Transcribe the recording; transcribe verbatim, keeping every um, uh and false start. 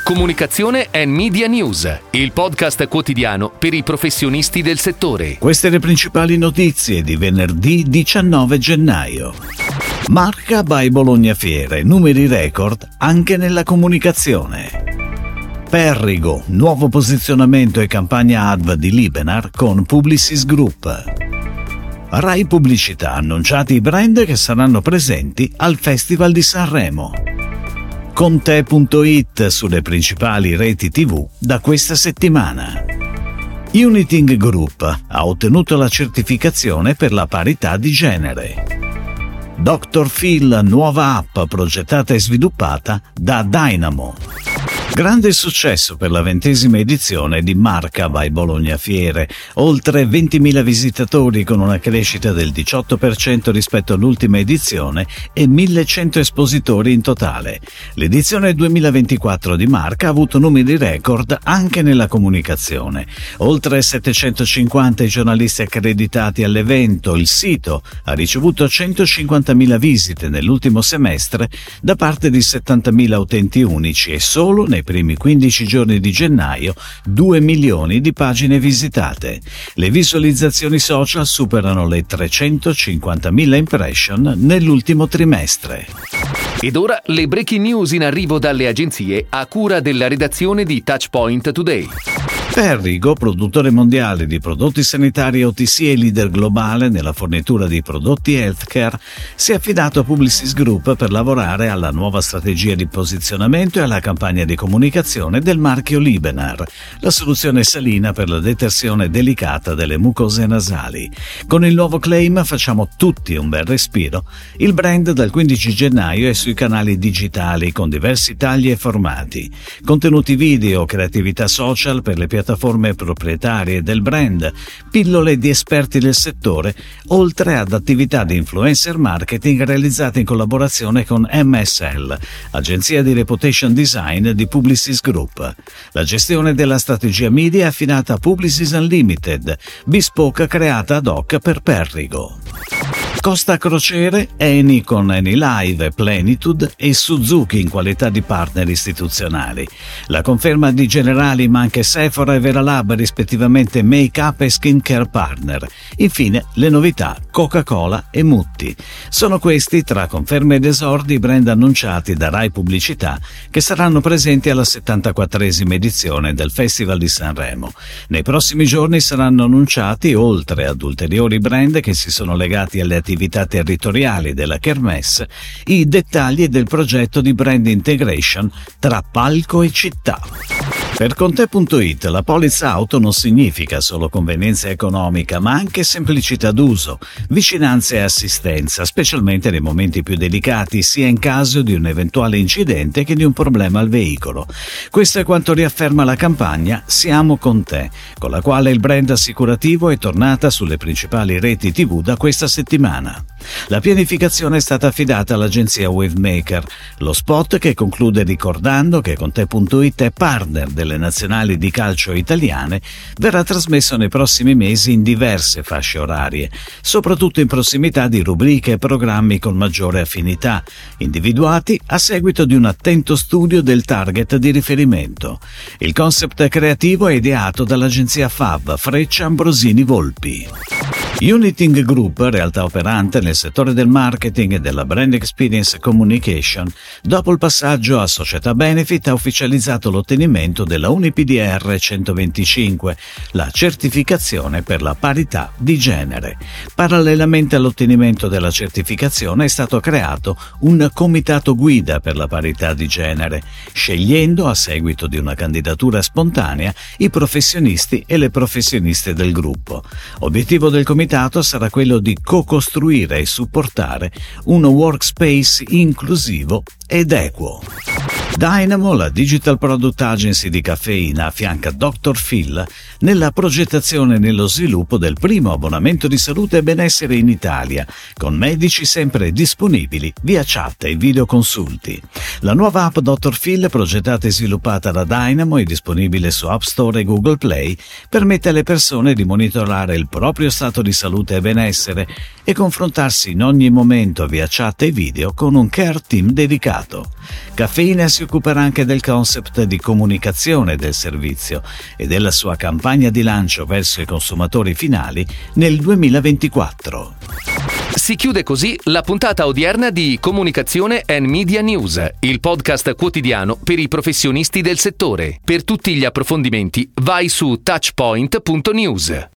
Comunicazione and Media News, il podcast quotidiano per i professionisti del settore. Queste le principali notizie di venerdì diciannove gennaio. Marca by Bologna Fiere, numeri record anche nella comunicazione. Perrigo, nuovo posizionamento e campagna adv di Libenar con Publicis Group. Rai Pubblicità, annunciati i brand che saranno presenti al Festival di Sanremo. Conte punto it sulle principali reti tivù da questa settimana. Uniting Group ha ottenuto la certificazione per la parità di genere. doctor Phil, nuova app progettata e sviluppata da Dynamo. Grande successo per la ventesima edizione di Marca by Bologna Fiere, oltre ventimila visitatori con una crescita del diciotto per cento rispetto all'ultima edizione e millecento espositori in totale. L'edizione duemilaventiquattro di Marca ha avuto numeri record anche nella comunicazione. Oltre settecentocinquanta i giornalisti accreditati all'evento, il sito ha ricevuto centocinquantamila visite nell'ultimo semestre da parte di settantamila utenti unici e solo nei primi quindici giorni di gennaio due milioni di pagine visitate. Le visualizzazioni social superano le trecentocinquantamila impression nell'ultimo trimestre. Ed ora le breaking news in arrivo dalle agenzie a cura della redazione di Touchpoint Today. Perrigo, produttore mondiale di prodotti sanitari O T C e leader globale nella fornitura di prodotti healthcare, si è affidato a Publicis Group per lavorare alla nuova strategia di posizionamento e alla campagna di comunicazione del marchio Libenar, la soluzione salina per la detersione delicata delle mucose nasali. Con il nuovo claim facciamo tutti un bel respiro. Il brand dal quindici gennaio è sui canali digitali con diversi tagli e formati, contenuti video, creatività social per le piattaforme piattaforme proprietarie del brand, pillole di esperti del settore, oltre ad attività di influencer marketing realizzate in collaborazione con M S L, agenzia di reputation design di Publicis Group. La gestione della strategia media è affidata a Publicis Unlimited, bespoke creata ad hoc per Perrigo. Costa Crociere, Eni con Eni Live, Plenitude e Suzuki in qualità di partner istituzionali. La conferma di Generali ma anche Sephora e Veralab rispettivamente make-up e skincare partner. Infine le novità Coca-Cola e Mutti. Sono questi, tra conferme ed esordi, i brand annunciati da Rai Pubblicità che saranno presenti alla settantaquattresima edizione del Festival di Sanremo. Nei prossimi giorni saranno annunciati, oltre ad ulteriori brand che si sono legati alle attività territoriali della Kermesse, i dettagli del progetto di brand integration tra palco e città. Per Conte punto it la polizza auto non significa solo convenienza economica, ma anche semplicità d'uso, vicinanza e assistenza, specialmente nei momenti più delicati, sia in caso di un eventuale incidente che di un problema al veicolo. Questo è quanto riafferma la campagna Siamo con te, con la quale il brand assicurativo è tornata sulle principali reti tivù da questa settimana. La pianificazione è stata affidata all'agenzia Wavemaker. Lo spot, che conclude ricordando che Conte punto it è partner delle nazionali di calcio italiane, verrà trasmesso nei prossimi mesi in diverse fasce orarie, soprattutto in prossimità di rubriche e programmi con maggiore affinità, individuati a seguito di un attento studio del target di riferimento. Il concept creativo è ideato dall'agenzia F A V Freccia Ambrosini Volpi. Uniting Group, realtà operante nel settore del marketing e della brand experience communication, dopo il passaggio a società benefit ha ufficializzato l'ottenimento della U N I P D R centoventicinque, la certificazione per la parità di genere. Parallelamente all'ottenimento della certificazione è stato creato un comitato guida per la parità di genere, scegliendo, a seguito di una candidatura spontanea, i professionisti e le professioniste del gruppo. Obiettivo del comitato sarà quello di co-costruire e supportare un workspace inclusivo ed equo. Dynamo, la digital product agency di caffeina, affianca doctor Phil nella progettazione e nello sviluppo del primo abbonamento di salute e benessere in Italia, con medici sempre disponibili via chat e videoconsulti. La nuova app doctor Phil, progettata e sviluppata da Dynamo e disponibile su App Store e Google Play, permette alle persone di monitorare il proprio stato di salute e benessere e confrontarsi in ogni momento via chat e video con un care team dedicato. mercato. Caffeina si occuperà anche del concept di comunicazione del servizio e della sua campagna di lancio verso i consumatori finali nel duemilaventiquattro. Si chiude così la puntata odierna di Comunicazione and Media News, il podcast quotidiano per i professionisti del settore. Per tutti gli approfondimenti vai su touchpoint punto news.